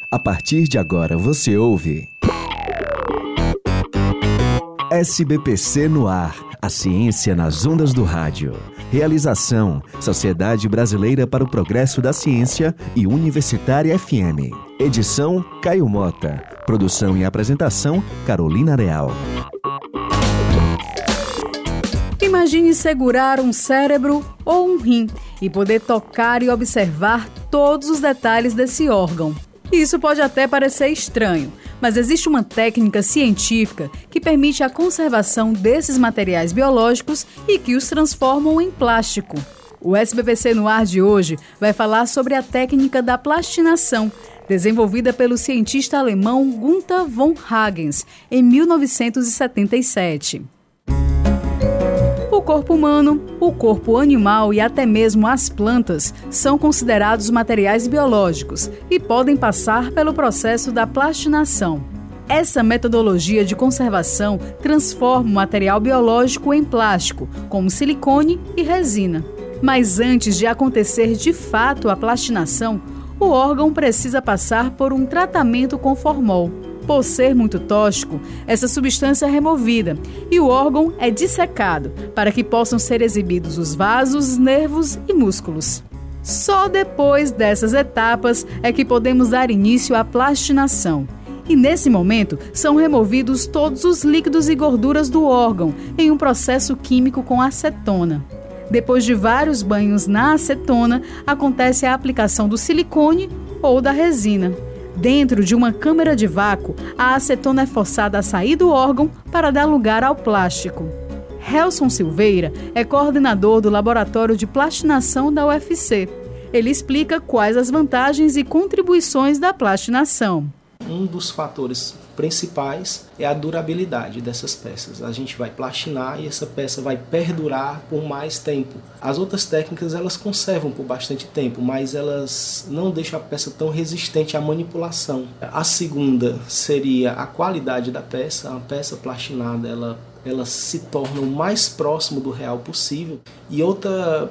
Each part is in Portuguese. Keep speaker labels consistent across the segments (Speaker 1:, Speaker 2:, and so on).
Speaker 1: A partir de agora você ouve SBPC no ar, a ciência nas ondas do rádio. Realização, Sociedade Brasileira para o Progresso da Ciência e Universitária FM. Edição, Caio Mota. Produção e apresentação, Carolina Real.
Speaker 2: Imagine segurar um cérebro ou um rim e poder tocar e observar todos os detalhes desse órgão. Isso pode até parecer estranho, mas existe uma técnica científica que permite a conservação desses materiais biológicos e que os transformam em plástico. O SBPC no ar de hoje vai falar sobre a técnica da plastinação, desenvolvida pelo cientista alemão Gunther von Hagens em 1977. O corpo humano, o corpo animal e até mesmo as plantas são considerados materiais biológicos e podem passar pelo processo da plastinação. Essa metodologia de conservação transforma o material biológico em plástico, como silicone e resina. Mas antes de acontecer de fato a plastinação, o órgão precisa passar por um tratamento com formol. Por ser muito tóxico, essa substância é removida e o órgão é dissecado para que possam ser exibidos os vasos, nervos e músculos. Só depois dessas etapas é que podemos dar início à plastinação. E nesse momento são removidos todos os líquidos e gorduras do órgão em um processo químico com acetona. Depois de vários banhos na acetona, acontece a aplicação do silicone ou da resina. Dentro de uma câmara de vácuo, a acetona é forçada a sair do órgão para dar lugar ao plástico. Helson Silveira é coordenador do Laboratório de Plastinação da UFC. Ele explica quais as vantagens e contribuições da plastinação.
Speaker 3: Um dos fatores principais é a durabilidade dessas peças. A gente vai plastinar e essa peça vai perdurar por mais tempo. As outras técnicas elas conservam por bastante tempo, mas elas não deixam a peça tão resistente à manipulação. A segunda seria a qualidade da peça. A peça plastinada ela se torna o mais próximo do real possível. E outra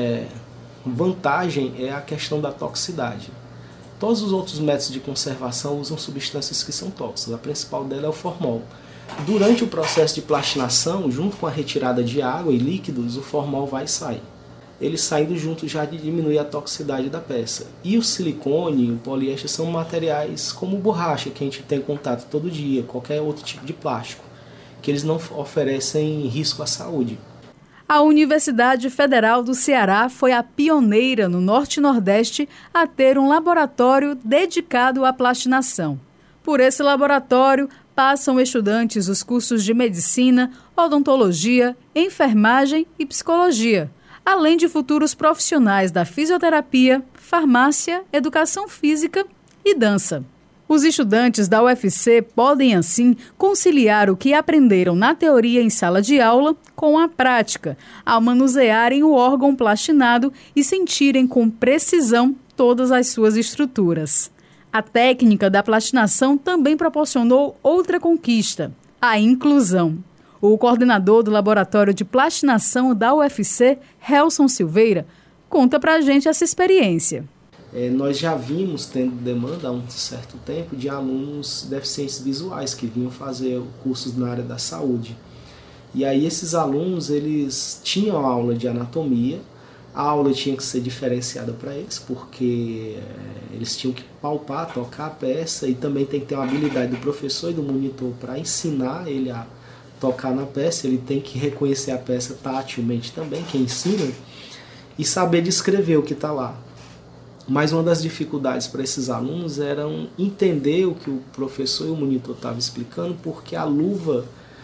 Speaker 3: vantagem é a questão da toxicidade. Todos os outros métodos de conservação usam substâncias que são tóxicas. A principal dela é o formol. Durante o processo de plastinação, junto com a retirada de água e líquidos, o formol vai e sai. Ele saindo junto já diminui a toxicidade da peça. E o silicone e o poliéster são materiais como borracha, que a gente tem contato todo dia, qualquer outro tipo de plástico, que eles não oferecem risco à saúde.
Speaker 2: A Universidade Federal do Ceará foi a pioneira no Norte e Nordeste a ter um laboratório dedicado à plastinação. Por esse laboratório, passam estudantes os cursos de medicina, odontologia, enfermagem e psicologia, além de futuros profissionais da fisioterapia, farmácia, educação física e dança. Os estudantes da UFC podem, assim, conciliar o que aprenderam na teoria em sala de aula com a prática, ao manusearem o órgão plastinado e sentirem com precisão todas as suas estruturas. A técnica da plastinação também proporcionou outra conquista, a inclusão. O coordenador do Laboratório de Plastinação da UFC, Helson Silveira, conta pra gente essa experiência.
Speaker 3: Nós já vimos tendo demanda há um certo tempo de alunos deficientes visuais que vinham fazer cursos na área da saúde. E aí esses alunos, eles tinham aula de anatomia, a aula tinha que ser diferenciada para eles, porque eles tinham que palpar, tocar a peça e também tem que ter uma habilidade do professor e do monitor para ensinar ele a tocar na peça, ele tem que reconhecer a peça tatilmente também, quem ensina, e saber descrever o que está lá. Mas uma das dificuldades para esses alunos era entender o que o professor e o monitor estavam explicando, porque a luva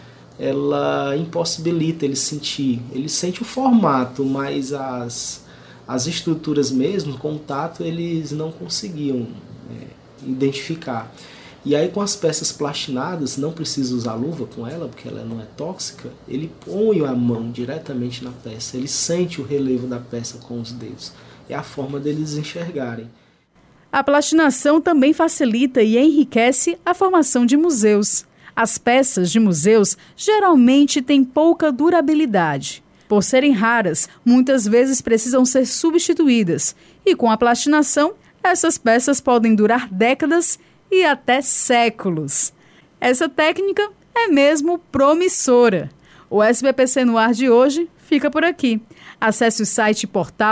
Speaker 3: ela impossibilita ele sentir. Ele sente o formato, mas as estruturas mesmo, o contato, eles não conseguiam identificar. E aí com as peças plastinadas, não precisa usar luva com ela, porque ela não é tóxica, ele põe a mão diretamente na peça, ele sente o relevo da peça com os dedos. É a forma deles enxergarem.
Speaker 2: A plastinação também facilita e enriquece a formação de museus. As peças de museus geralmente têm pouca durabilidade. Por serem raras, muitas vezes precisam ser substituídas. E com a plastinação, Essas peças podem durar décadas e até séculos. Essa técnica é mesmo promissora. O SBPC no ar de hoje fica por aqui. Acesse o site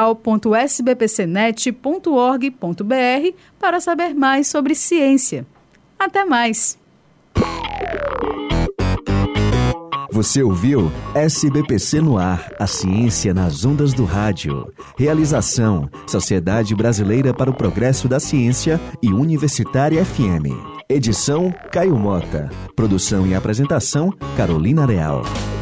Speaker 2: portal.sbpcnet.org.br para saber mais sobre ciência. Até mais!
Speaker 1: Você ouviu SBPC no ar, a ciência nas ondas do rádio. Realização, Sociedade Brasileira para o Progresso da Ciência e Universitária FM. Edição, Caio Mota. Produção e apresentação, Carolina Real.